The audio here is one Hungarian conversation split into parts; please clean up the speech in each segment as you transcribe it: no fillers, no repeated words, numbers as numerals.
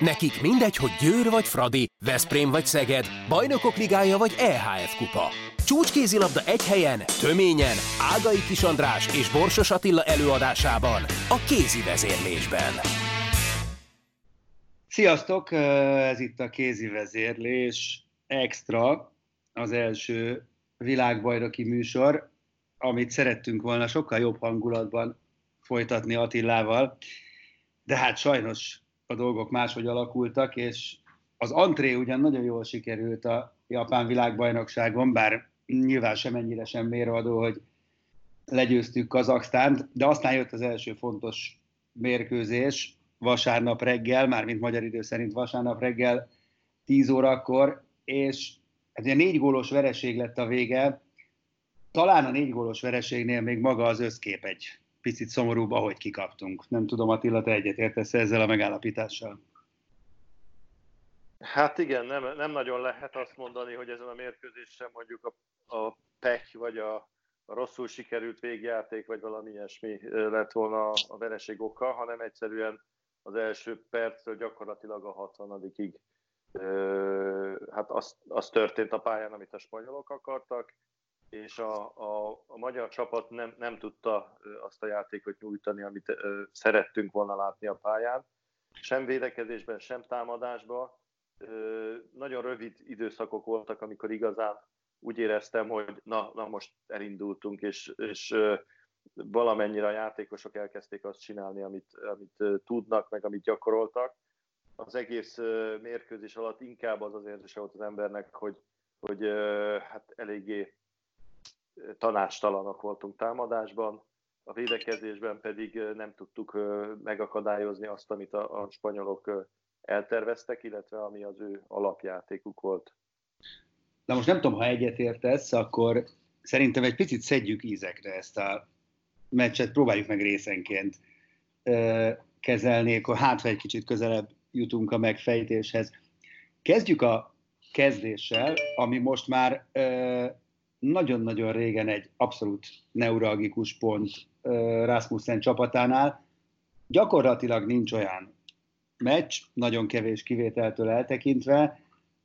Nekik mindegy, hogy Győr vagy Fradi, Veszprém vagy Szeged, Bajnokok Ligája vagy EHF Kupa. Csúcskézilabda egy helyen, töményen, Ágai Kis András és Borsos Attila előadásában, a Kézi Vezérlésben. Sziasztok! Ez itt a Kézi Vezérlés Extra, az első világbajnoki műsor, amit szerettünk volna sokkal jobb hangulatban folytatni Attilával, de hát sajnos a dolgok máshogy alakultak, és az antré ugyan nagyon jól sikerült a japán világbajnokságon, bár nyilván semennyire sem mérvadó, hogy legyőztük Kazaksztánt, de aztán jött az első fontos mérkőzés vasárnap reggel, mármint magyar idő szerint vasárnap reggel 10 órakor, és ez egy 4 gólos vereség lett a vége. Talán a 4 gólos vereségnél még maga az összkép egy picit szomorúbb, ahogy kikaptunk. Nem tudom, Attila, te egyetértesz ezzel a megállapítással? Hát igen, nem nagyon lehet azt mondani, hogy ezen a mérkőzésen mondjuk a pech, vagy a rosszul sikerült végjáték, vagy valami ilyesmi lett volna a vereség oka, hanem egyszerűen az első perctől gyakorlatilag a 60-ig hát az történt a pályán, amit a spanyolok akartak, és a magyar csapat nem tudta azt a játékot nyújtani, amit szerettünk volna látni a pályán. Sem védekezésben, sem támadásban. Nagyon rövid időszakok voltak, amikor igazán úgy éreztem, hogy na most elindultunk, és valamennyire a játékosok elkezdték azt csinálni, amit tudnak, meg amit gyakoroltak. Az egész mérkőzés alatt inkább az érzése volt az embernek, hogy hát eléggé tanácstalanok voltunk támadásban, a védekezésben pedig nem tudtuk megakadályozni azt, amit a spanyolok elterveztek, illetve ami az ő alapjátékuk volt. Na most nem tudom, ha egyetértesz, akkor szerintem egy picit szedjük ízekre ezt a meccset, próbáljuk meg részenként kezelni, akkor hát egy kicsit közelebb jutunk a megfejtéshez. Kezdjük a kezdéssel, ami most már nagyon-nagyon régen egy abszolút neuralgikus pont Rasmussen csapatánál. Gyakorlatilag nincs olyan meccs, nagyon kevés kivételtől eltekintve,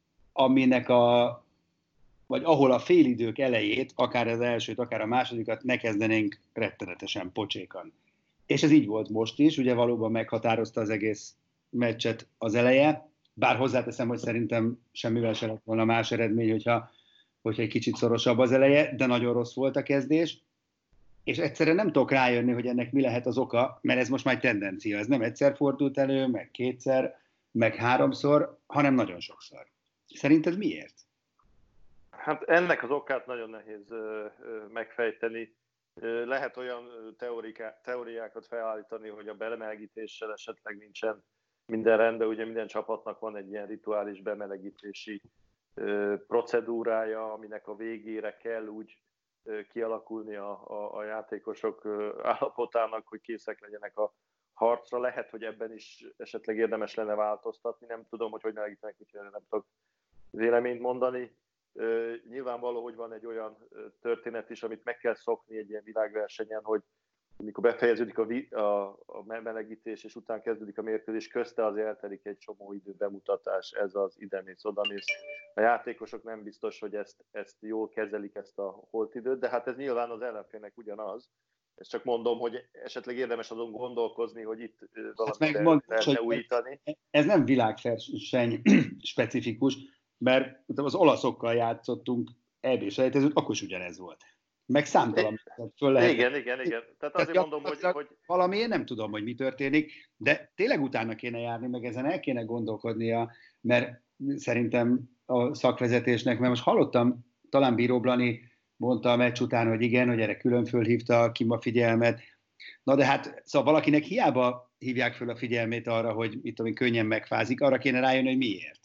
vagy ahol a félidők elejét, akár az elsőt, akár a másodikat ne kezdenénk rettenetesen pocsékan. És ez így volt most is, ugye valóban meghatározta az egész meccset az eleje, bár hozzáteszem, hogy szerintem semmivel se lett volna más eredmény, hogyha egy kicsit szorosabb az eleje, de nagyon rossz volt a kezdés, és egyszerűen nem tudok rájönni, hogy ennek mi lehet az oka, mert ez most már egy tendencia, ez nem egyszer fordult elő, meg kétszer, meg 3-szor, hanem nagyon sokszor. Szerinted miért? Hát ennek az okát nagyon nehéz megfejteni. Lehet olyan teóriákat felállítani, hogy a bemelegítéssel esetleg nincsen minden rendben, ugye minden csapatnak van egy ilyen rituális bemelegítési procedúrája, aminek a végére kell úgy kialakulni a játékosok állapotának, hogy készek legyenek a harcra. Lehet, hogy ebben is esetleg érdemes lenne változtatni, nem tudom, hogy melegítenek, úgyhogy nem tudok véleményt mondani. Nyilvánvaló, hogy van egy olyan történet is, amit meg kell szokni egy ilyen világversenyen, hogy amikor befejeződik a melegítés, és után kezdődik a mérkőzés, közte azért eltelik egy csomó idő, bemutatás, ez az idemész, odamész. A játékosok nem biztos, hogy ezt jól kezelik, ezt a holtidőt, de hát ez nyilván az ellenfélnek ugyanaz. Ezt csak mondom, hogy esetleg érdemes azon gondolkozni, hogy itt valamit lehetne újítani. Ez nem világverseny specifikus, mert az olaszokkal játszottunk EB-selejtezőt, akkor is ugyanez volt. Meg számtalan föl lehet. Igen. Tehát azért mondom, hogy valamiért nem tudom, hogy mi történik, de tényleg utána kéne járni, meg ezen el kéne gondolkodnia, mert szerintem a szakvezetésnek, mert most hallottam, talán Bíró Blani mondta a meccs után, hogy igen, hogy erre külön fölhívta ki a figyelmet. Na de hát, szóval valakinek hiába hívják föl a figyelmét arra, hogy mit tudom, könnyen megfázik, arra kéne rájönni, hogy miért.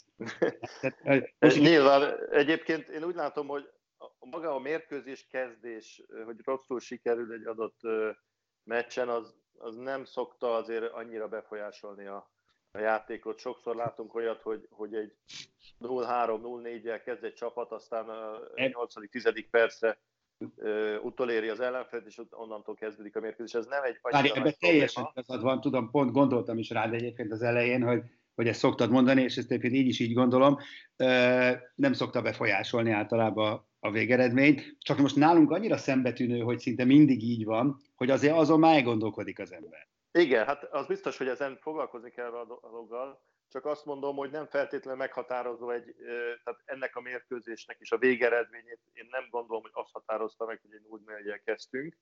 Nyilván, egyébként én úgy látom, hogy maga a mérkőzés kezdés, hogy rosszul sikerül egy adott meccsen, az nem szokta azért annyira befolyásolni a játékot. Sokszor látunk olyat, hogy egy 0-3-0-4-jel kezd egy csapat, aztán a 8.-10. percre utoléri az ellenfelet, és onnantól kezdődik a mérkőzés. Ez nem egy annyira nagy teljesen igazad van, tudom, pont gondoltam is rád egyébként az elején, hogy hogy ezt szoktad mondani, és ezt egyébként így is így gondolom, nem szokta befolyásolni általában a végeredményt, csak most nálunk annyira szembetűnő, hogy szinte mindig így van, hogy azért azon már elgondolkodik az ember. Igen, hát az biztos, hogy ezen foglalkozni kell a dologgal, csak azt mondom, hogy nem feltétlenül meghatározó tehát ennek a mérkőzésnek is a végeredményét, én nem gondolom, hogy azt határozta meg, hogy egy 0-4-jel kezdtünk.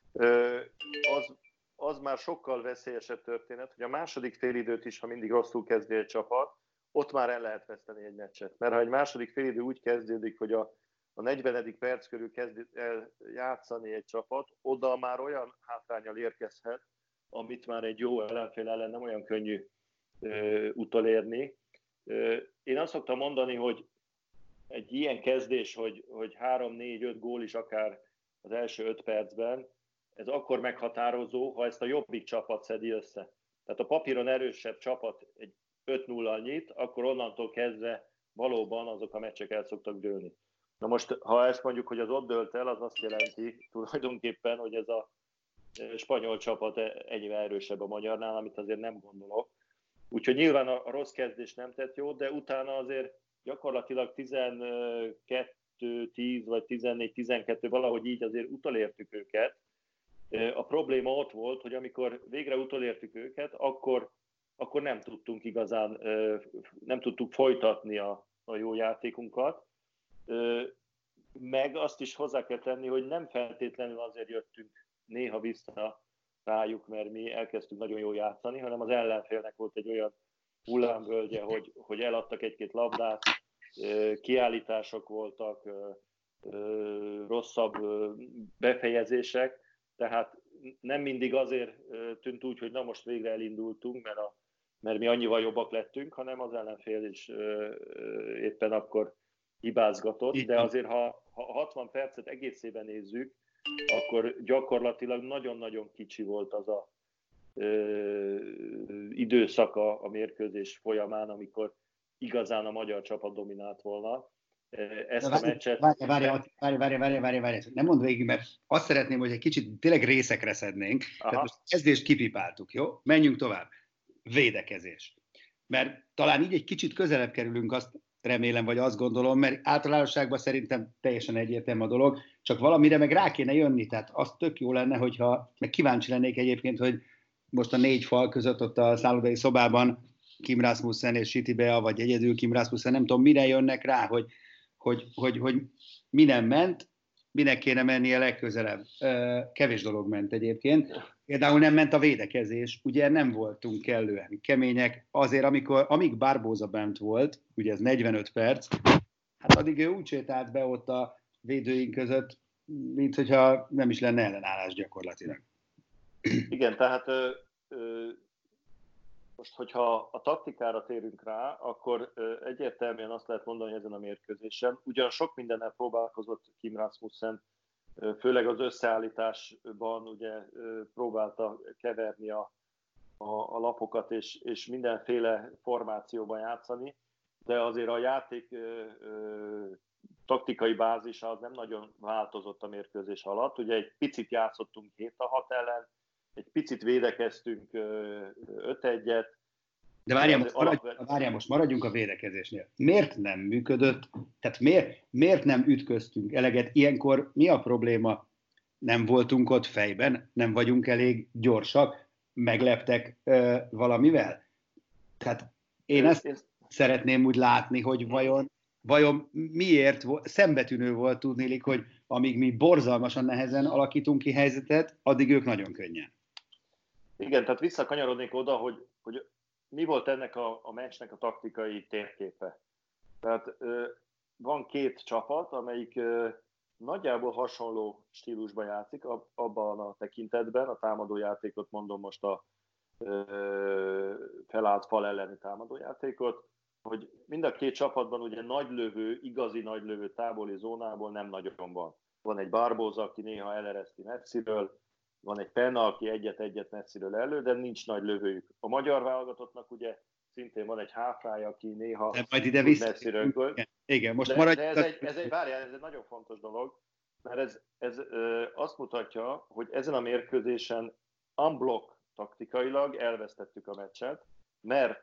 Az már sokkal veszélyesebb történet, hogy a második félidőt is, ha mindig rosszul kezdi egy csapat, ott már el lehet veszteni egy meccset. Mert ha egy második félidő úgy kezdődik, hogy a 40. perc körül kezd el játszani egy csapat, oda már olyan hátránnyal érkezhet, amit már egy jó ellenfél ellen nem olyan könnyű utolérni. Én azt szoktam mondani, hogy egy ilyen kezdés, hogy 3-4-5 gól is akár az első 5 percben, ez akkor meghatározó, ha ezt a jobbik csapat szedi össze. Tehát a papíron erősebb csapat egy 5-0-al nyit, akkor onnantól kezdve valóban azok a meccsek el szoktak dőlni. Na most, ha ezt mondjuk, hogy az ott dőlt el, az azt jelenti tulajdonképpen, hogy ez a spanyol csapat ennyivel erősebb a magyarnál, amit azért nem gondolok. Úgyhogy nyilván a rossz kezdés nem tett jó, de utána azért gyakorlatilag 12-10 vagy 14-12, valahogy így azért utolértük őket. A probléma ott volt, hogy amikor végre utolértük őket, akkor nem tudtunk igazán, nem tudtuk folytatni a jó játékunkat. Meg azt is hozzá kell tenni, hogy nem feltétlenül azért jöttünk néha vissza rájuk, mert mi elkezdtünk nagyon jól játszani, hanem az ellenfélnek volt egy olyan hullámvölgye, hogy eladtak egy-két labdát, kiállítások voltak, rosszabb befejezések, tehát nem mindig azért tűnt úgy, hogy na most végre elindultunk, mert mi annyival jobbak lettünk, hanem az ellenfél is éppen akkor hibázgatott, de azért ha 60 percet egészében nézzük, akkor gyakorlatilag nagyon-nagyon kicsi volt az a időszaka a mérkőzés folyamán, amikor igazán a magyar csapat dominált volna. Ezt a meccset... Várj. Nem mondd végig, mert azt szeretném, hogy egy kicsit tényleg részekre szednénk. Tehát most kezdést kipipáltuk, jó? Menjünk tovább. Védekezés. Mert talán így egy kicsit közelebb kerülünk, azt remélem, vagy azt gondolom, mert általánosságban szerintem teljesen egyértelmű a dolog, csak valamire meg rá kéne jönni, tehát az tök jó lenne, hogyha, meg kíváncsi lennék egyébként, hogy most a 4 fal között ott a szállodai szobában Kim Rasmussen és Siti Bea, vagy egyedül Kim Rasmussen, nem tudom, mire jönnek rá, hogy mi nem ment, minek kéne mennie legközelebb. Kevés dolog ment egyébként. Például nem ment a védekezés, ugye nem voltunk kellően kemények. Azért, amíg Barbosa bent volt, ugye ez 45 perc, hát addig ő úgy sétált be ott a védőink között, mint hogyha nem is lenne ellenállás gyakorlatilag. Igen, tehát most, hogyha a taktikára térünk rá, akkor egyértelműen azt lehet mondani, hogy ezen a mérkőzésen ugyan sok mindennel próbálkozott Kim Rasmussen, főleg az összeállításban ugye próbálta keverni a lapokat és mindenféle formációban játszani, de azért a játék taktikai bázisa az nem nagyon változott a mérkőzés alatt. Ugye egy picit játszottunk 7-6 ellen, egy picit védekeztünk 5-1-et. De várjál, most maradjunk a védekezésnél. Miért nem működött? Tehát miért nem ütköztünk eleget? Ilyenkor mi a probléma? Nem voltunk ott fejben? Nem vagyunk elég gyorsak? Megleptek valamivel? Tehát én ezt szeretném úgy látni, hogy vajon miért szembetűnő volt tudniillik, hogy amíg mi borzalmasan nehezen alakítunk ki helyzetet, addig ők nagyon könnyen. Igen, tehát visszakanyarodnék oda, hogy mi volt ennek a meccsnek a taktikai térképe. Tehát van 2 csapat, amelyik nagyjából hasonló stílusban játszik, abban a tekintetben, a támadójátékot mondom most a felállt fal elleni támadójátékot, hogy mind a 2 csapatban ugye nagylövő, igazi nagylövő távoli zónából nem nagyon van. Van egy Barbosa, aki néha elereszti messziről, van egy Penna, aki egyet messziről elő, de nincs nagy lövőjük. A magyar válogatottnak ugye szintén van egy háfrája, aki néha messziről. Igen, most ez egy nagyon fontos dolog, mert ez azt mutatja, hogy ezen a mérkőzésen unblock taktikailag elvesztettük a meccset, mert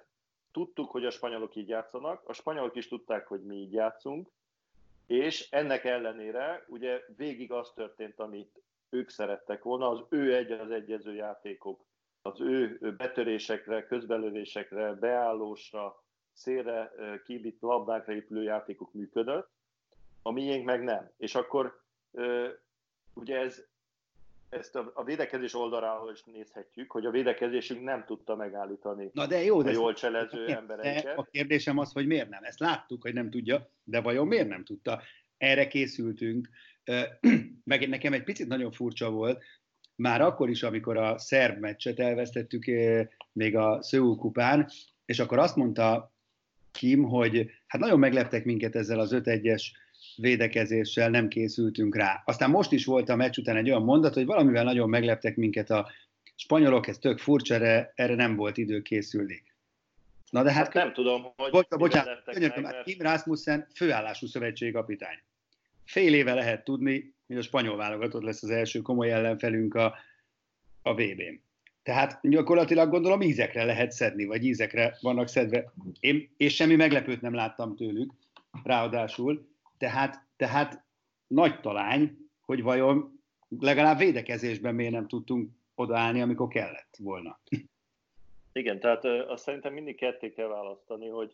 tudtuk, hogy a spanyolok így játszanak, a spanyolok is tudták, hogy mi így játszunk, és ennek ellenére ugye végig az történt, amit ők szerettek volna, az ő az egyező játékok, az ő betörésekre, közbelövésekre, beállósra, szélre kibitt labdákra épülő játékok működött, a miénk meg nem. És akkor ugye ezt a védekezés oldaláról is nézhetjük, hogy a védekezésünk nem tudta megállítani a jól cselező embereiket. De a kérdésem az, hogy miért nem. Ezt láttuk, hogy nem tudja, de vajon miért nem tudta? Erre készültünk. Meg nekem egy picit nagyon furcsa volt, már akkor is, amikor a szerb meccset elvesztettük még a Seoul kupán, és akkor azt mondta Kim, hogy hát nagyon megleptek minket ezzel az 5-1-es védekezéssel, nem készültünk rá. Aztán most is volt a meccs után egy olyan mondat, hogy valamivel nagyon megleptek minket a spanyolok, ez tök furcsa, erre nem volt idő készülni. Na de hát nem tudom, hogy bocsánat, mert... Kim Rasmussen főállású szövetségkapitány. Fél éve lehet tudni, hogy a spanyol válogatott lesz az első komoly ellenfelünk a VB-n. Tehát gyakorlatilag gondolom ízekre lehet szedni, vagy ízekre vannak szedve. És semmi meglepőt nem láttam tőlük, ráadásul. Tehát nagy talány, hogy vajon legalább védekezésben miért nem tudtunk odaállni, amikor kellett volna. Igen, tehát azt szerintem mindig ketté kell választani, hogy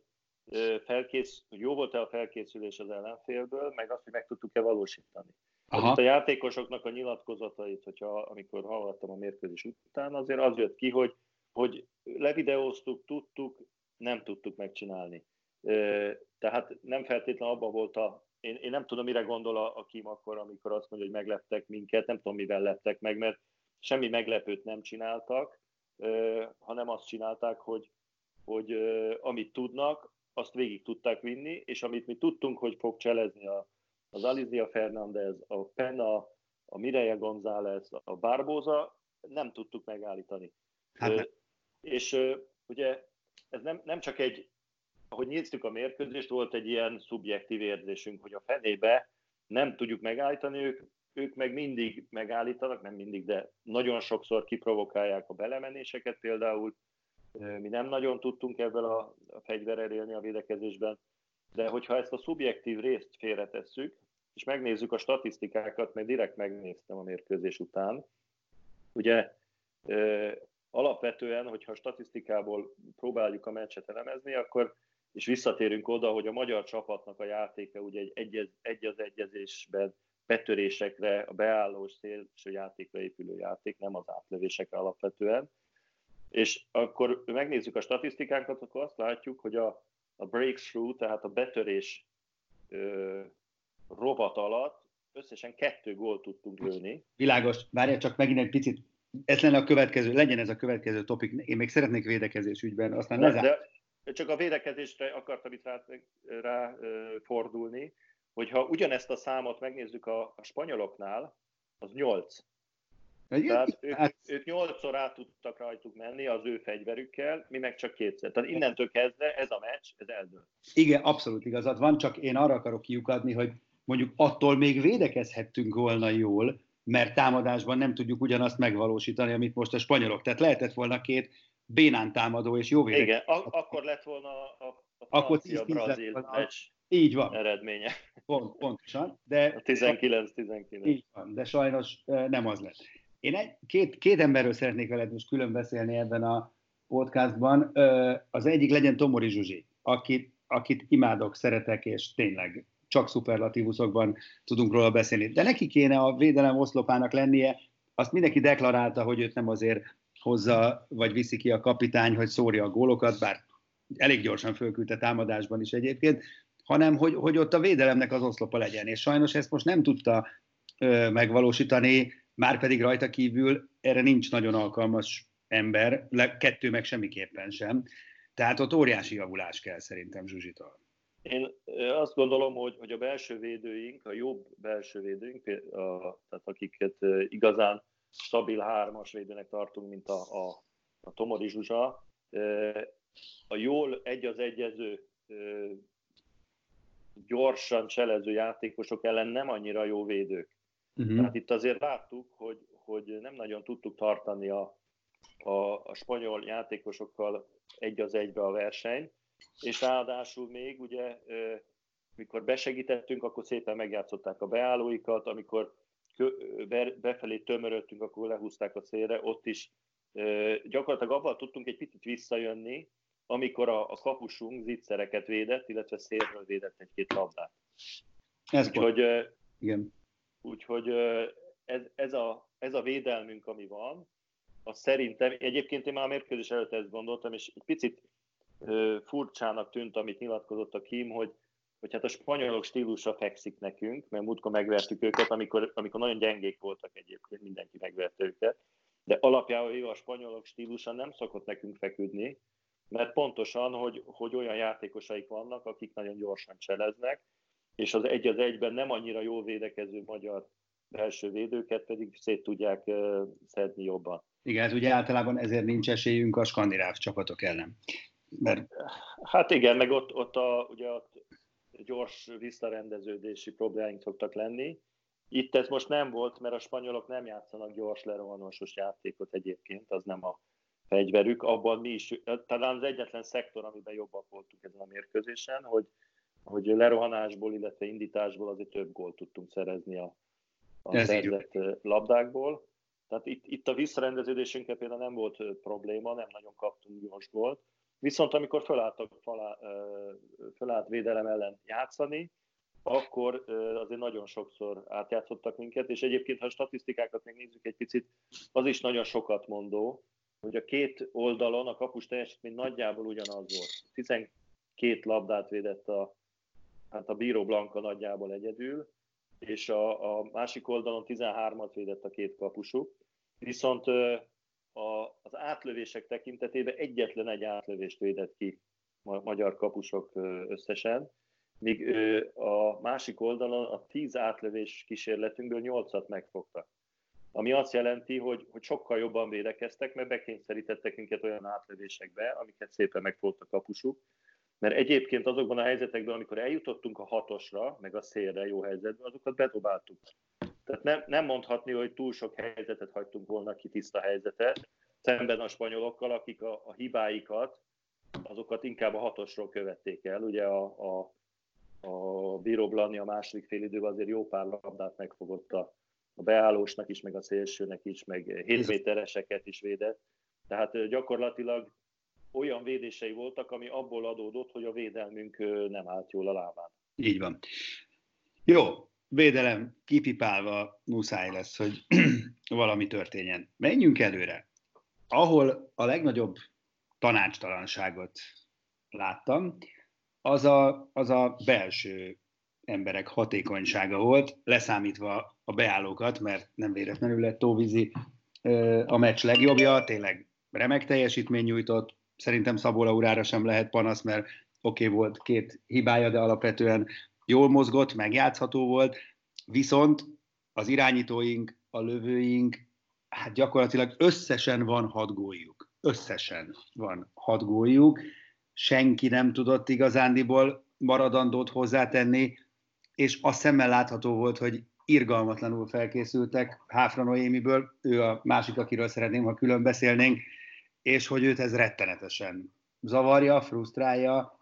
jó volt-e a felkészülés az ellenfélből, meg azt, hogy meg tudtuk-e valósítani. A játékosoknak a nyilatkozatait, amikor hallgattam a mérkőzés után, azért az jött ki, hogy levideóztuk, tudtuk, nem tudtuk megcsinálni. Tehát nem feltétlenül abban volt én nem tudom, mire gondol a Kim akkor, amikor azt mondja, hogy megleptek minket, nem tudom, mivel leptek meg, mert semmi meglepőt nem csináltak, hanem azt csinálták, hogy amit tudnak, azt végig tudták vinni, és amit mi tudtunk, hogy fog cselezni az Alicia Fernández, a Penna, a Mireia González, a Barbosa, nem tudtuk megállítani. És ugye ez nem csak ahogy néztük a mérkőzést, volt egy ilyen szubjektív érzésünk, hogy a fenébe nem tudjuk megállítani, ők meg mindig megállítanak, nem mindig, de nagyon sokszor kiprovokálják a belemenéseket például. Mi nem nagyon tudtunk ebből a fegyverrel élni a védekezésben, de hogyha ezt a szubjektív részt félretesszük, és megnézzük a statisztikákat, mert direkt megnéztem a mérkőzés után, ugye alapvetően, hogyha a statisztikából próbáljuk a meccset elemezni, akkor és visszatérünk oda, hogy a magyar csapatnak a játéka ugye egy az egyezésben betörésekre, a beállós szélső játékra épülő játék, nem az átlövésekre alapvetően. És akkor megnézzük a statisztikánkat, akkor azt látjuk, hogy a breakthrough, tehát a betörés rovat alatt összesen 2 gólt tudtunk lőni. Világos, várjál csak megint egy picit, legyen ez a következő topik, én még szeretnék védekezés ügyben, aztán de csak a védekezésre akartam itt rá fordulni, hogyha ugyanezt a számot megnézzük a spanyoloknál, az 8. Tehát ők 8-szor át tudtak rajtuk menni az ő fegyverükkel, mi meg csak 2-szer. Tehát innentől kezdve ez a meccs, ez eldől. Igen, abszolút igazad van, csak én arra akarok kiukadni, hogy mondjuk attól még védekezhettünk volna jól, mert támadásban nem tudjuk ugyanazt megvalósítani, amit most a spanyolok. Tehát lehetett volna 2 bénán támadó és jó védekezés. Igen, akkor lett volna a francia-brazil meccs így van. Eredménye. Pontosan. De 19-19. Így van, de sajnos nem az lett. Én két emberről szeretnék veled most külön beszélni ebben a podcastban. Az egyik legyen Tomori Zsuzsi, akit imádok, szeretek, és tényleg csak szuperlatívuszokban tudunk róla beszélni. De neki kéne a védelem oszlopának lennie, azt mindenki deklarálta, hogy őt nem azért hozza, vagy viszi ki a kapitány, hogy szórja a gólokat, bár elég gyorsan fölküldte támadásban is egyébként, hanem hogy ott a védelemnek az oszlopa legyen. És sajnos ezt most nem tudta megvalósítani, márpedig rajta kívül erre nincs nagyon alkalmas ember, 2 meg semmiképpen sem. Tehát ott óriási javulás kell szerintem Zsuzsitól. Én azt gondolom, hogy a belső védőink, a jobb belső védőink, tehát akiket igazán stabil 3-as védőnek tartunk, mint a Tomori Zsuzsa, a jól egy az egyező, gyorsan cselező játékosok ellen nem annyira jó védők. Tehát itt azért láttuk, hogy nem nagyon tudtuk tartani a a spanyol játékosokkal 1-1 a verseny, és ráadásul még ugye, mikor besegítettünk, akkor szépen megjátszották a beállóikat, amikor befelé tömörödtünk, akkor lehúzták a célre, ott is gyakorlatilag abban tudtunk egy picit visszajönni, amikor a kapusunk zicsereket védett, illetve szélről védett egy-két labdát. Úgyhogy ez a védelmünk, ami van, az szerintem, egyébként én már a mérkőzés előtt ezt gondoltam, és egy picit furcsának tűnt, amit nyilatkozott a Kim, hogy hát a spanyolok stílusa fekszik nekünk, mert múltkor megvertük őket, amikor nagyon gyengék voltak egyébként, mindenki megverte őket, de alapjában a spanyolok stílusa nem szokott nekünk feküdni, mert pontosan, hogy olyan játékosaik vannak, akik nagyon gyorsan cseleznek, és az 1-1-ben nem annyira jól védekező magyar belső védőket pedig szét tudják szedni jobban. Igen, hát ugye általában ezért nincs esélyünk a skandináv csapatok ellen. Hát igen, meg ott gyors visszarendeződési problémáink szoktak lenni. Itt ez most nem volt, mert a spanyolok nem játszanak gyors lerohanásos játékot egyébként, az nem a fegyverük. Abban mi is, talán az egyetlen szektor, amiben jobbak voltunk ezen a mérkőzésen, hogy lerohanásból, illetve indításból azért több gólt tudtunk szerezni a szerzett labdákból. Tehát itt a visszarendeződésünkkel például nem volt probléma, nem nagyon kaptunk gyors gólt. Viszont amikor fölállt védelem ellen játszani, akkor azért nagyon sokszor átjátszottak minket, és egyébként, ha a statisztikákat megnézzük egy picit, az is nagyon sokat mondó, hogy a két oldalon a kapus teljesítmény nagyjából ugyanaz volt. 12 labdát védett a Bíró Blanka nagyjából egyedül, és a másik oldalon 13-at védett a két kapusuk. Viszont az átlövések tekintetében egyetlen egy átlövést védett ki magyar kapusok összesen, míg a másik oldalon a 10 átlövés kísérletünkből 8-at megfogtak. Ami azt jelenti, hogy sokkal jobban védekeztek, mert bekényszerítettek minket olyan átlövésekbe, amiket szépen megfogta a kapusuk. Mert egyébként azokban a helyzetekben, amikor eljutottunk a 6-osra, meg a szélre jó helyzetben, azokat bedobáltuk. Tehát nem mondhatni, hogy túl sok helyzetet hagytunk volna ki, tiszta helyzetet, szemben a spanyolokkal, akik a hibáikat, azokat inkább a 6-osról követték el. Ugye a Bíró Blani a második félidőben azért jó pár labdát megfogott a beállósnak is, meg a szélsőnek is, meg 7 métereseket is védett. Tehát gyakorlatilag olyan védései voltak, ami abból adódott, hogy a védelmünk nem állt jól a lábán. Így van. Jó, védelem kipipálva muszáj lesz, hogy valami történjen. Menjünk előre. Ahol a legnagyobb tanácstalanságot láttam, az a belső emberek hatékonysága volt, leszámítva a beállókat, mert nem véletlenül lett Tóvízi a meccs legjobbja, tényleg remek teljesítmény nyújtott, szerintem Szabó Laurára sem lehet panasz, mert oké, volt 2 hibája, de alapvetően jól mozgott, megjátszható volt, viszont az irányítóink, a lövőink, hát gyakorlatilag összesen van 6 góljuk. Összesen van 6 góljuk. Senki nem tudott igazándiból maradandót hozzátenni, és a szemmel látható volt, hogy irgalmatlanul felkészültek Háfra Noémiből, ő a másik, akiről szeretném, ha külön beszélnénk, és hogy őt ez rettenetesen zavarja, frusztrálja,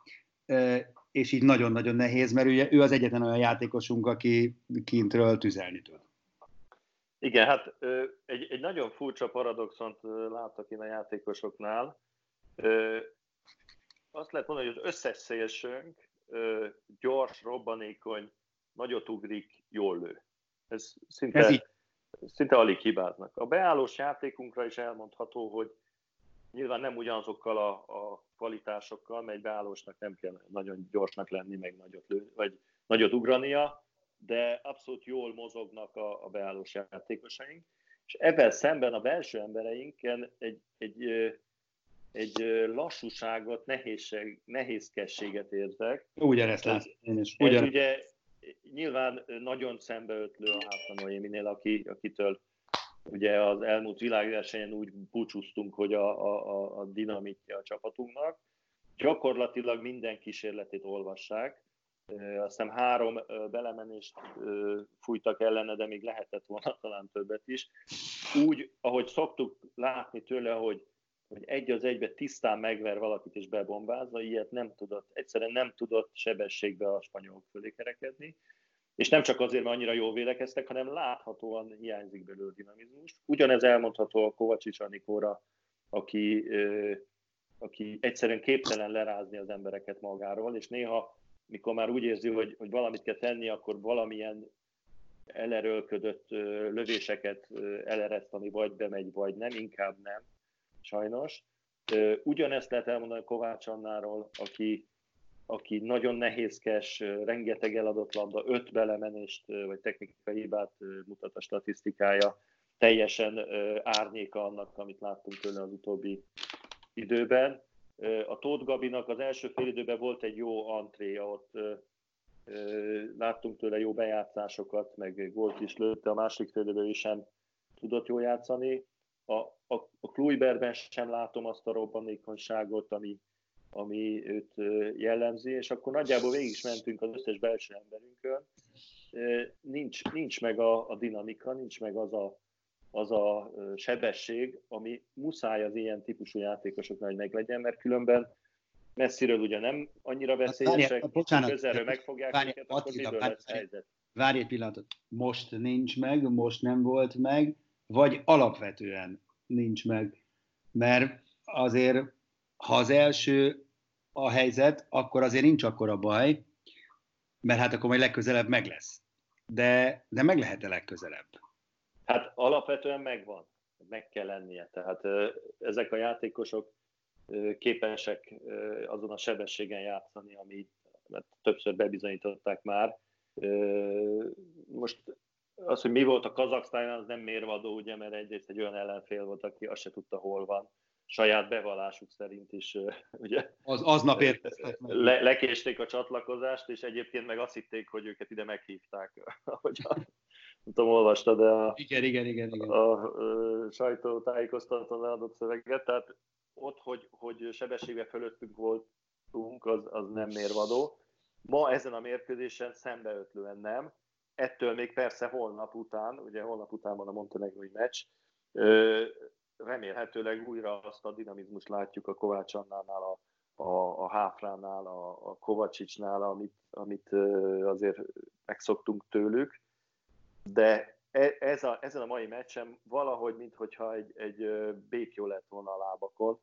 és így nagyon-nagyon nehéz, mert ugye ő az egyetlen olyan játékosunk, aki kintről tüzelni tud. Igen, hát egy nagyon furcsa paradoxont láttak én a játékosoknál. Azt lehet mondani, hogy az összes szélsőnk gyors, robbanékony, nagyot ugrik, jól lő. Ez szinte alig hibáznak. A beállós játékunkra is elmondható, hogy nyilván nem ugyanazokkal a kvalitásokkal, mert egy beállósnak nem kell nagyon gyorsnak lenni, meg nagyot ugrania, de abszolút jól mozognak a beállós játékosaink. És ebben szemben a belső embereinken egy lassúságot, nehézkességet érzek. Ugyanezt látom én is. Ugye nyilván nagyon szembeötlő a Háfra Noéminél, akitől ugye az elmúlt világversenyen úgy búcsúztunk, hogy a dinamitja a csapatunknak. Gyakorlatilag minden kísérletét olvassák, Azt hiszem 3 belemenést fújtak ellene, de még lehetett volna talán többet is. Úgy, ahogy szoktuk látni tőle, hogy egy az egybe tisztán megver valakit és bebombázza, ilyet nem tudott, egyszerűen nem tudott sebességbe a spanyolok fölé kerekedni. És nem csak azért, mert annyira jól védekeztek, hanem láthatóan hiányzik belőle dinamizmus. Ugyanez elmondható a Kovacic Anikóra, aki egyszerűen képtelen lerázni az embereket magáról, és néha, mikor már úgy érzi, hogy valamit kell tenni, akkor valamilyen elerőlködött lövéseket elereszteni, vagy bemegy, vagy nem, inkább nem, sajnos. Ugyanezt lehet elmondani Kovács Annáról, aki nagyon nehézkes, rengeteg eladott labda, 5 belemenést, vagy technikai hibát mutat a statisztikája, teljesen árnyéka annak, amit láttunk tőle az utóbbi időben. A Tóth Gabinak az első félidőben volt egy jó antréja, ott láttunk tőle jó bejátszásokat, meg gólt is lőtte, a második félidőben is sem tudott jól játszani. A Kluiberben sem látom azt a robbanékonyságot, ami őt jellemzi, és akkor nagyjából végig is mentünk az összes belső emberünkön. Nincs meg a dinamika, nincs meg az a sebesség, ami muszáj az ilyen típusú játékosoknak, hogy meglegyen, mert különben messziről ugye nem annyira veszélyesek, közelről megfogják őket, akkor miből lesz helyzet? Várj egy pillanatot, most nincs meg, most nem volt meg, vagy alapvetően nincs meg, mert azért, ha az első a helyzet, akkor azért nincs akkora baj, mert hát akkor majd legközelebb meg lesz. De meg lehet-e legközelebb? Hát alapvetően megvan, meg kell lennie. Tehát ezek a játékosok képesek azon a sebességen játszani, amit többször bebizonyították már. Most az, hogy mi volt a Kazaksztánnál, az nem mérvadó, ugye, mert egyrészt egy olyan ellenfél volt, aki azt se tudta, hol van. Saját bevallásuk szerint is ugye, aznap érkeztek meg. Lekésték a csatlakozást, és egyébként meg azt hitték, hogy őket ide meghívták. Ahogyan, nem tudom, olvastad Igen. A sajtótájékoztatón leadott szöveget. Tehát ott, hogy sebességbe fölöttünk voltunk, az nem mérvadó. Ma ezen a mérkőzésen szembeötlően nem. Ettől még persze holnap után van a montenegrói meccs, remélhetőleg újra azt a dinamizmust látjuk a Kovács Annánál, a Háfránál, a Kovacicsnál, amit azért megszoktunk tőlük. De ezen a mai meccsen valahogy, minthogyha egy béklyó lett volna a lábakon.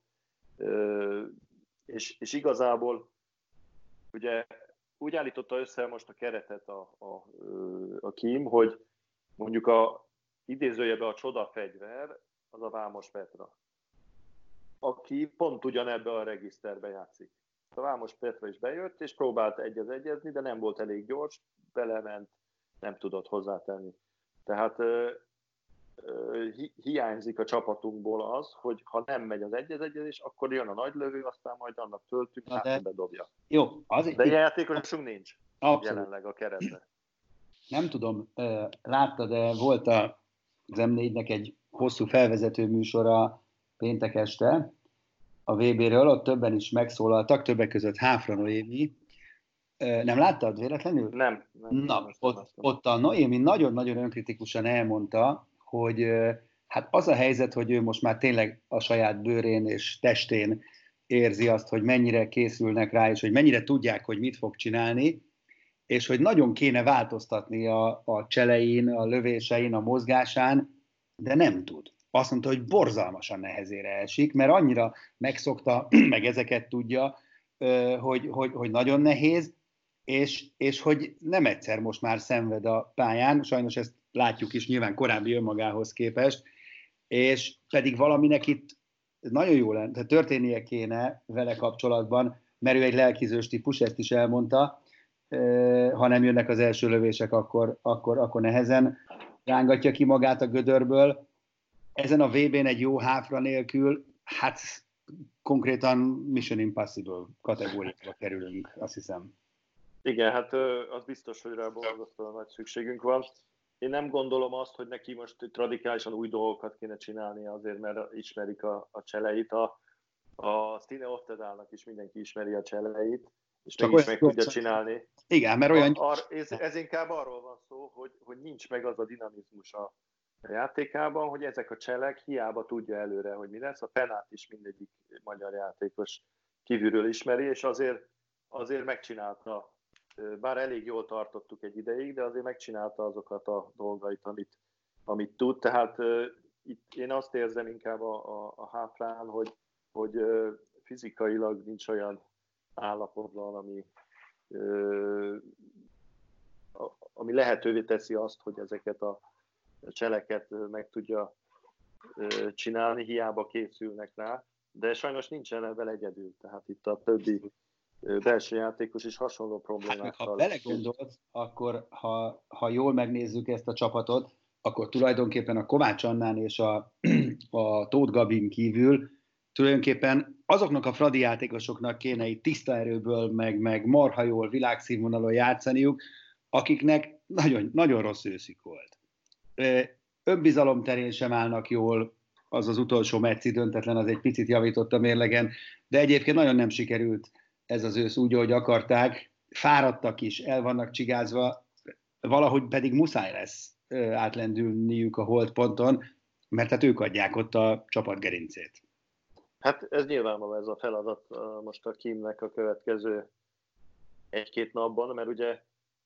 És igazából ugye úgy állította össze most a keretet a Kim, hogy mondjuk idézőjebe a csodafegyver, az a Vámos Petra, aki pont ugyanebbe a regiszterbe játszik. A Vámos Petra is bejött, és próbált egyezni, de nem volt elég gyors, belement, nem tudott hozzátenni. Tehát hiányzik a csapatunkból az, hogy ha nem megy az egyezés, akkor jön a nagy lövő, aztán majd annak töltünk, hát bedobja. Jó, de ilyen játékosunk nincs abszolút. Jelenleg a keretben. Nem tudom, láttad, de volt az M4-nek egy hosszú felvezető műsora péntek este a VB-ről, ott többen is megszólaltak, többek között Háfra Noémi. Nem láttad véletlenül? Nem. Na, ott a Noémi nagyon-nagyon önkritikusan elmondta, hogy hát az a helyzet, hogy ő most már tényleg a saját bőrén és testén érzi azt, hogy mennyire készülnek rá, és hogy mennyire tudják, hogy mit fog csinálni, és hogy nagyon kéne változtatni a cselein, a lövésein, a mozgásán, de nem tud. Azt mondta, hogy borzalmasan nehezére esik, mert annyira megszokta, meg ezeket tudja, hogy nagyon nehéz, és hogy nem egyszer most már szenved a pályán, sajnos ezt látjuk is nyilván korábbi önmagához képest, és pedig valaminek itt nagyon jó lenne, tehát történnie kéne vele kapcsolatban, mert ő egy lelkizős típus, ezt is elmondta, ha nem jönnek az első lövések, akkor nehezen rángatja ki magát a gödörből. Ezen a VB-n egy jó Háfra nélkül, hát konkrétan Mission Impossible kategóriába kerülünk, azt hiszem. Igen, hát az biztos, hogy rá borzasztóan nagy szükségünk van. Én nem gondolom azt, hogy neki most radikálisan új dolgokat kéne csinálni azért, mert ismerik a cseleit. A Stine Oftedalnak is mindenki ismeri a cseleit, és mégis meg tudja csinálni. Igen, mert olyan... Ez inkább arról van szó, hogy nincs meg az a dinamizmus a játékában, hogy ezek a cselek hiába tudja előre, hogy mi lesz. A penát is mindegyik magyar játékos kívülről ismeri, és azért megcsinálta, bár elég jól tartottuk egy ideig, de azért megcsinálta azokat a dolgait, amit tud. Tehát itt én azt érzem inkább a hátrán, hogy fizikailag nincs olyan állapotban, ami lehetővé teszi azt, hogy ezeket a cseleket meg tudja csinálni, hiába készülnek rá, de sajnos nincsen ebben egyedül, tehát itt a többi belső játékos is hasonló problémákkal. Hát, ha belegondolsz, akkor ha jól megnézzük ezt a csapatot, akkor tulajdonképpen a Kovács Annán és a Tóth Gabin kívül tulajdonképpen azoknak a Fradi játékosoknak kéne itt tiszta erőből, meg marha jól világszínvonalon játszaniuk, akiknek nagyon, nagyon rossz őszük volt. Önbizalom terén sem állnak jól, az utolsó mecci döntetlen, az egy picit javított a mérlegen, de egyébként nagyon nem sikerült ez az ősz úgy, ahogy akarták. Fáradtak is, el vannak csigázva, valahogy pedig muszáj lesz átlendülniük a holdponton, mert hát ők adják ott a csapat gerincét. Hát ez nyilvánvaló ez a feladat most a Kimnek a következő egy-két napban, mert ugye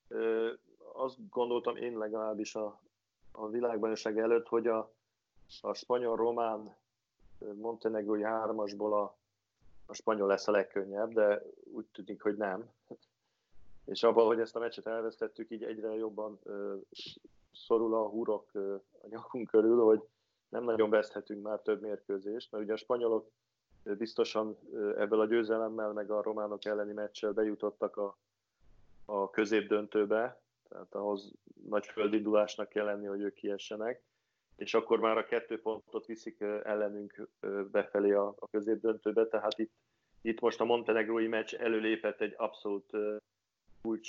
azt gondoltam én legalábbis a világbajnokság előtt, hogy a spanyol-román montenegrói hármasból a spanyol lesz a legkönnyebb, de úgy tűnik, hogy nem. És abban, hogy ezt a meccset elvesztettük, így egyre jobban szorul a hurok a nyakunk körül, hogy nem nagyon veszthetünk már több mérkőzést, mert ugye a spanyolok biztosan ebből a győzelemmel, meg a románok elleni meccsel bejutottak a középdöntőbe, tehát ahhoz nagy földindulásnak kell lenni, hogy ők kiessenek, és akkor már a 2 pontot viszik ellenünk befelé a középdöntőbe, tehát itt most a montenegrói meccs előlépett egy abszolút kulcs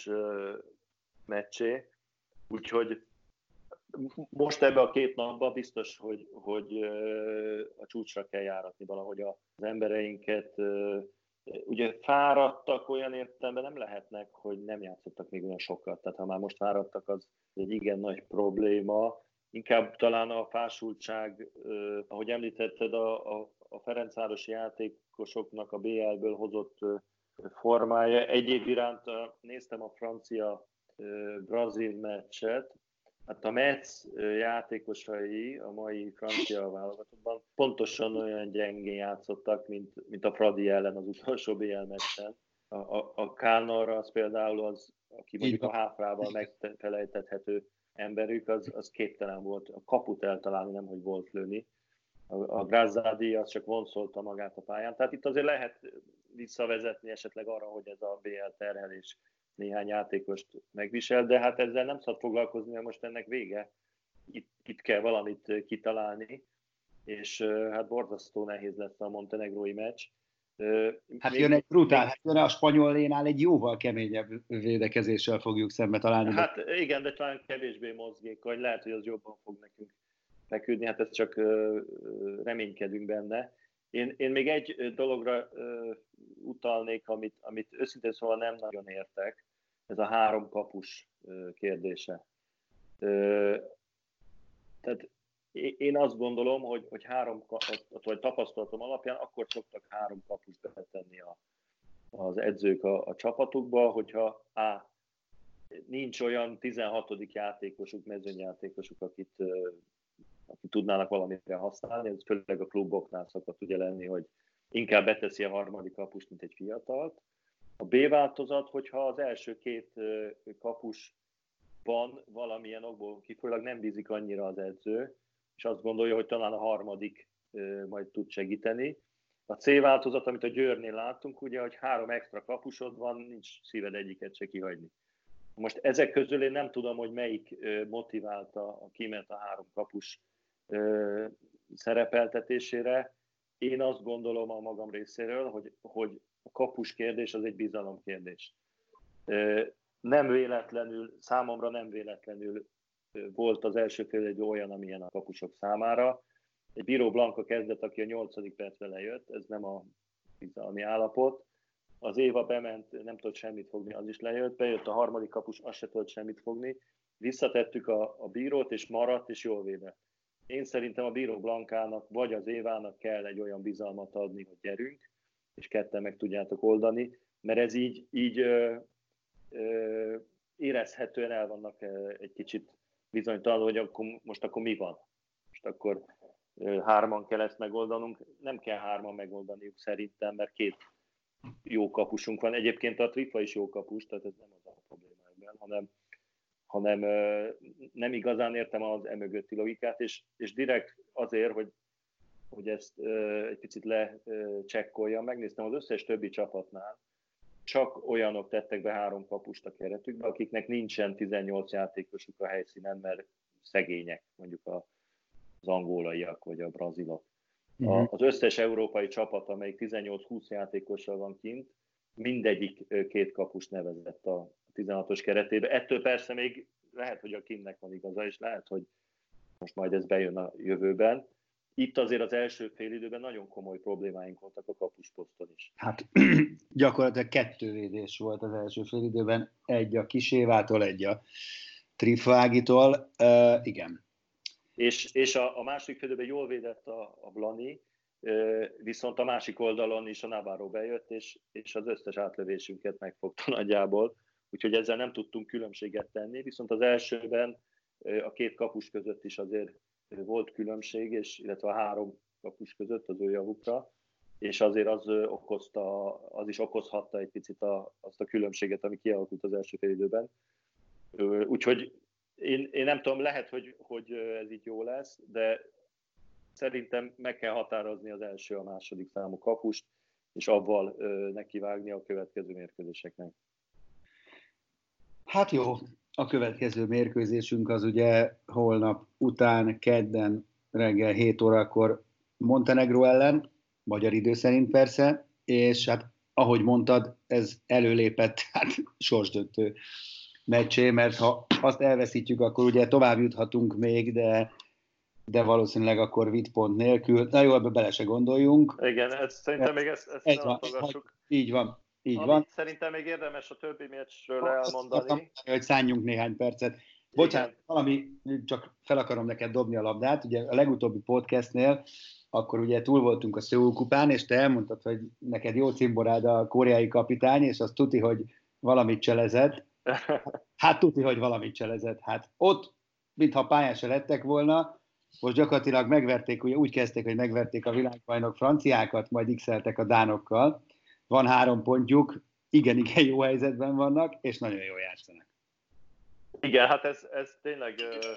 meccsé, úgyhogy most ebbe a 2 napban biztos, hogy a csúcsra kell járatni valahogy az embereinket. Ugye fáradtak olyan értelemben nem lehetnek, hogy nem játszottak még olyan sokat. Tehát ha már most fáradtak, az egy igen nagy probléma. Inkább talán a fásultság, ahogy említetted, a Ferencvárosi játékosoknak a BL-ből hozott formája. Egyéb iránt néztem a francia-brazil meccset. Hát a Metz játékosai a mai francia válogatottban pontosan olyan gyengén játszottak, mint a Fradi ellen az utolsó BL meccsen. A Kánor az például, aki mondjuk a Háfrával megfelejtethető emberük, az képtelen volt a kaput eltalálni, nem hogy volt lőni. A Grazzadi az csak vonszolta magát a pályán. Tehát itt azért lehet visszavezetni esetleg arra, hogy ez a BL terhelés néhány játékost megvisel, de hát ezzel nem szabad foglalkozni, mert most ennek vége. Itt kell valamit kitalálni, és hát borzasztó nehéz lesz a montenegrói meccs. Hát jön egy brutál, jön a spanyolénál egy jóval keményebb védekezéssel fogjuk szembe találni. Hát igen, de talán kevésbé mozgékony, lehet, hogy az jobban fog nekünk feküdni, hát ezt csak reménykedünk benne. Én még egy dologra utalnék, amit őszintén szóval nem nagyon értek, ez a 3 kapus kérdése. Tehát én azt gondolom, hogy 3, vagy tapasztalatom alapján akkor szoktak 3 kapust betenni az edzők a csapatukba, hogyha nincs olyan 16. játékosuk, mezőnyjátékosuk, akit tudnának valamire használni, ez főleg a kluboknál szokott ugye lenni, hogy inkább beteszi a 3. kapust, mint egy fiatalt. A B változat, hogyha az első 2 kapusban valamilyen okból kifolyólag nem bízik annyira az edző, és azt gondolja, hogy talán a 3. majd tud segíteni. A C változat, amit a Győrnél láttunk, ugye, hogy 3 extra kapusod van, nincs szíved egyiket se kihagyni. Most ezek közül én nem tudom, hogy melyik motiválta a Kimet a 3 kapus szerepeltetésére. Én azt gondolom a magam részéről, hogy a kapus kérdés az egy bizalom kérdés. Nem véletlenül, számomra nem véletlenül volt az első fél egy olyan, amilyen a kapusok számára. Egy Bíró Blanka kezdett, aki a 8. percben lejött, ez nem a bizalmi állapot. az Éva bement, nem tudott semmit fogni, az is lejött, bejött a harmadik kapus, az se tudott semmit fogni, visszatettük a bírót, és maradt, és jól védett. Én szerintem a bíró Blankának, vagy az Évának kell egy olyan bizalmat adni, hogy gyerünk, és ketten meg tudjátok oldani, mert ez így érezhetően el vannak egy kicsit bizonytalan, hogy akkor mi van? Most akkor hárman kell ezt megoldanunk. Nem kell hárman megoldaniuk szerintem, mert két jó kapusunk van. Egyébként a Trifa is jó kapus, tehát ez nem az a problémákban, hanem nem igazán értem az emögötti logikát, és direkt azért, hogy ezt egy picit lecsekkoljam, megnéztem az összes többi csapatnál, csak olyanok tettek be 3 kapust a keretükbe, akiknek nincsen 18 játékosuk a helyszínen, mert szegények, mondjuk az angolaiak vagy a brazilok. Az összes európai csapat, amelyik 18-20 játékossal van kint, mindegyik 2 kapust nevezett a 16-os keretébe. Ettől persze még lehet, hogy a Kimnek van igaza, és lehet, hogy most majd ez bejön a jövőben. Itt azért az első félidőben nagyon komoly problémáink voltak a kapusposzton is. Hát gyakorlatilag 2 védés volt az első félidőben, egy a Kisévától, egy a Trifágitól, igen. És a második félidőben jól védett a Blani, viszont a másik oldalon is a Navarro bejött, és az összes átlövésünket megfogta nagyjából, úgyhogy ezzel nem tudtunk különbséget tenni, viszont az elsőben a 2 kapus között is azért volt különbség, illetve a 3 kapus között az ő javukra, és azért az is okozhatta egy picit azt a különbséget, ami kialakult az első fél időben. Úgyhogy én nem tudom, lehet, hogy ez így jó lesz, de szerintem meg kell határozni az első, a második számú kapust, és avval nekivágni a következő mérkőzéseknek. Hát jó, a következő mérkőzésünk az ugye holnap után, kedden reggel 7 órakor Montenegró ellen, magyar idő szerint persze, és hát ahogy mondtad, ez előlépett, hát sorsdöntő meccsé, mert ha azt elveszítjük, akkor ugye tovább juthatunk még, de valószínűleg akkor vitt nélkül. Na jó, ebbe bele se gondoljunk. Igen, szerintem még ezt ne adtogassuk. Így van. Szerintem még érdemes a többi meccsről elmondani. Hogy szálljunk néhány percet. Bocsánat, valami, csak fel akarom neked dobni a labdát. Ugye a legutóbbi podcastnél akkor ugye túl voltunk a Seoul kupán, és te elmondtad, hogy neked jó cimborád a koreai kapitány, és az tuti, hogy valamit cselezett. Hát tuti, hogy valamit cselezett. Hát ott, mintha pályán se lettek volna, most gyakorlatilag megverték, ugye úgy kezdték, hogy megverték a világbajnok franciákat, majd x-eltek a dánokkal. Van 3 pontjuk, igen jó helyzetben vannak, és nagyon jól játszanak. Igen, hát ez tényleg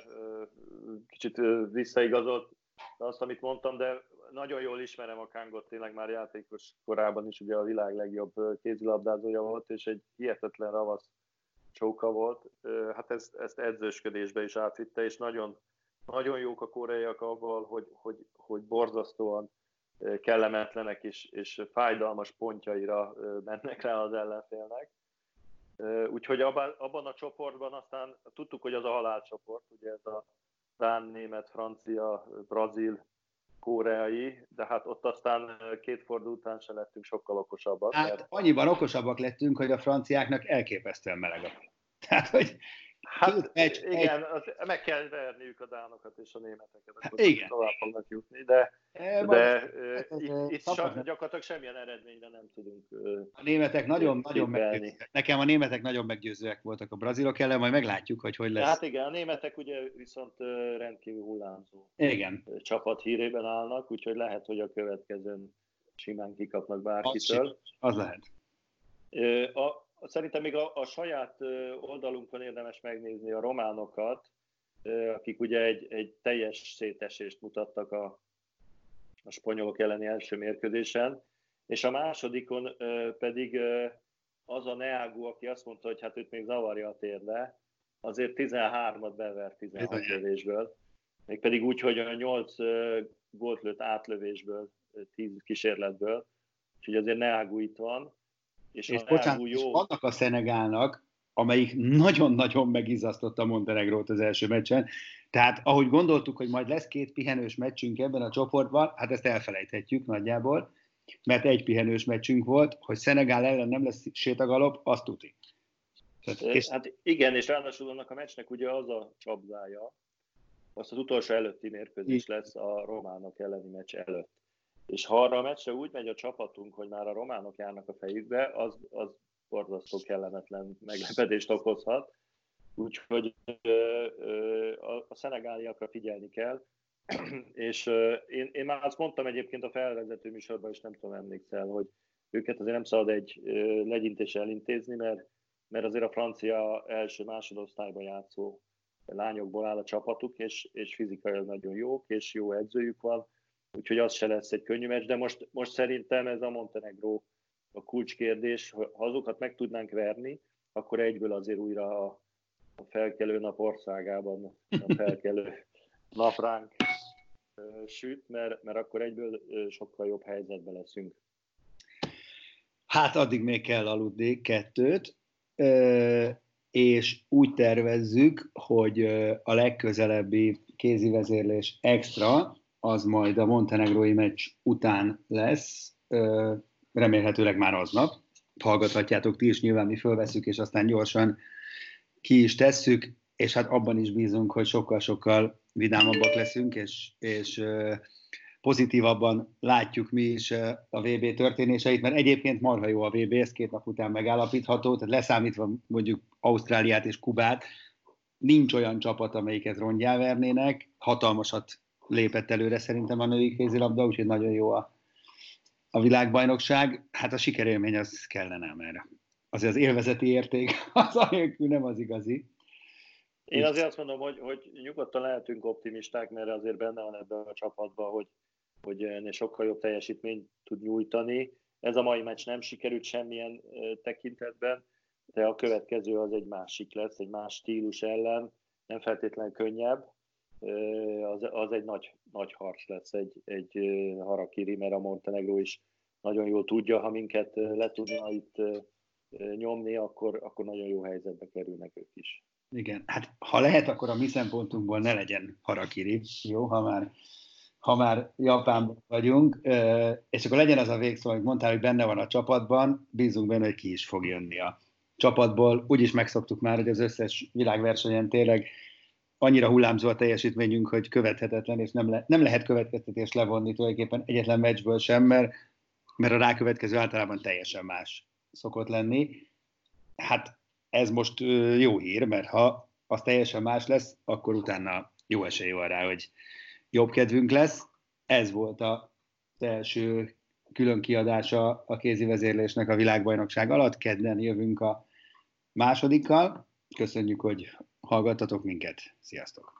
kicsit visszaigazolt azt, amit mondtam, de nagyon jól ismerem a Kangot, tényleg már játékos korában is ugye a világ legjobb kézilabdázója volt, és egy hihetetlen ravasz csóka volt. Hát ezt edzősködésbe is átvitte, és nagyon, nagyon jók a koreaiak avval, hogy borzasztóan kellemetlenek és fájdalmas pontjaira mennek rá az ellenfélnek. Úgyhogy abban a csoportban aztán tudtuk, hogy az a halálcsoport, ugye ez a dán, német, francia, brazil, koreai, de hát ott aztán 2 forduló után se lettünk sokkal okosabbak. Hát annyiban okosabbak lettünk, hogy a franciáknak elképesztően meleg a. Tehát, hogy hát igen, meg kell verniük a dánokat és a németeket, akkor tovább fognak jutni, de itt gyakorlatilag semmilyen eredményre nem tudunk. A németek nagyon meggyőzőek. Nekem a németek nagyon meggyőzőek voltak a brazilok ellen, majd meglátjuk, hogy lesz. Hát igen, a németek ugye viszont rendkívül hullámzó csapat hírében állnak, úgyhogy lehet, hogy a következőn simán kikapnak bárkitől. Az lehet. Szerintem még a saját oldalunkon érdemes megnézni a románokat, akik ugye egy teljes szétesést mutattak a spanyolok elleni első mérkőzésen, és a másodikon pedig az a Neagu, aki azt mondta, hogy hát őt még zavarja a térde, azért 13-at bevert 16 lövésből, mégpedig úgy, hogy a 8 gólt lőtt átlövésből, 10 kísérletből, úgyhogy azért Neagu itt van. És bocsánat, és annak a Szenegálnak, amelyik nagyon-nagyon megizzasztotta Montenegrót az első meccsen. Tehát ahogy gondoltuk, hogy majd lesz 2 pihenős meccsünk ebben a csoportban, hát ezt elfelejthetjük nagyjából. mert egy pihenős meccsünk volt, hogy Szenegál ellen nem lesz sétagalop, azt tuti. Hát igen, és ráadásul annak a meccsnek ugye az a csapdája, az utolsó előtti mérkőzés lesz a románok elleni meccs előtt. És ha arra a meccsre úgy megy a csapatunk, hogy már a románok járnak a fejükbe, az borzasztó kellemetlen meglepetést okozhat. Úgyhogy a szenegáliakra figyelni kell. És én már azt mondtam egyébként a felvezető műsorban, és nem tudom, emlékszel, hogy őket azért nem szabad egy legyintéssel elintézni, mert azért a francia első-másodosztályban játszó lányokból áll a csapatuk, és fizikailag nagyon jók, és jó edzőjük van, úgyhogy az se lesz egy könnyű meccs, de most szerintem ez a Montenegró a kulcskérdés, ha azokat meg tudnánk verni, akkor egyből azért újra a felkelő nap országában a felkelő napránk süt, mert akkor egyből sokkal jobb helyzetben leszünk. Hát addig még kell aludni 2, és úgy tervezzük, hogy a legközelebbi kézivezérlés extra, az majd a montenegrói meccs után lesz, remélhetőleg már aznap. Hallgathatjátok ti is, nyilván mi fölveszünk, és aztán gyorsan ki is tesszük, és hát abban is bízunk, hogy sokkal-sokkal vidámabbak leszünk, és pozitívabban látjuk mi is a VB történéseit, mert egyébként marha jó a VB, ez 2 nap után megállapítható, tehát leszámítva mondjuk Ausztráliát és Kubát, nincs olyan csapat, amelyiket rongyá vernének, hatalmasat lépett előre szerintem a női kézilabda, úgyhogy nagyon jó a világbajnokság. Hát a sikerélmény az kellene, mert azért az élvezeti érték az anélkül nem az igazi. Én azért azt mondom, hogy nyugodtan lehetünk optimisták, mert azért benne van ebben a csapatban, hogy sokkal jobb teljesítményt tud nyújtani. Ez a mai meccs nem sikerült semmilyen tekintetben, de a következő az egy másik lesz, egy más stílus ellen, nem feltétlenül könnyebb. Az egy nagy harc lesz, egy harakiri, mert a Montenegró is nagyon jól tudja, ha minket le tudna itt nyomni, akkor nagyon jó helyzetbe kerülnek ők is. Igen, hát ha lehet, akkor a mi szempontunkból ne legyen harakiri, jó, ha már Japánban vagyunk, és akkor legyen az a végszó, amit mondtál, hogy benne van a csapatban, bízunk benne, hogy ki is fog jönni a csapatból. Úgyis megszoktuk már, hogy az összes világversenyen tényleg annyira hullámzó a teljesítményünk, hogy követhetetlen, és nem lehet következtetést levonni tulajdonképpen egyetlen meccsből sem, mert a rákövetkező általában teljesen más szokott lenni. Hát ez most jó hír, mert ha az teljesen más lesz, akkor utána jó esély van rá, hogy jobb kedvünk lesz. Ez volt az első külön kiadása a kézivezérlésnek a világbajnokság alatt. Kedden jövünk a másodikkal. Köszönjük, hogy hallgattatok minket. Sziasztok!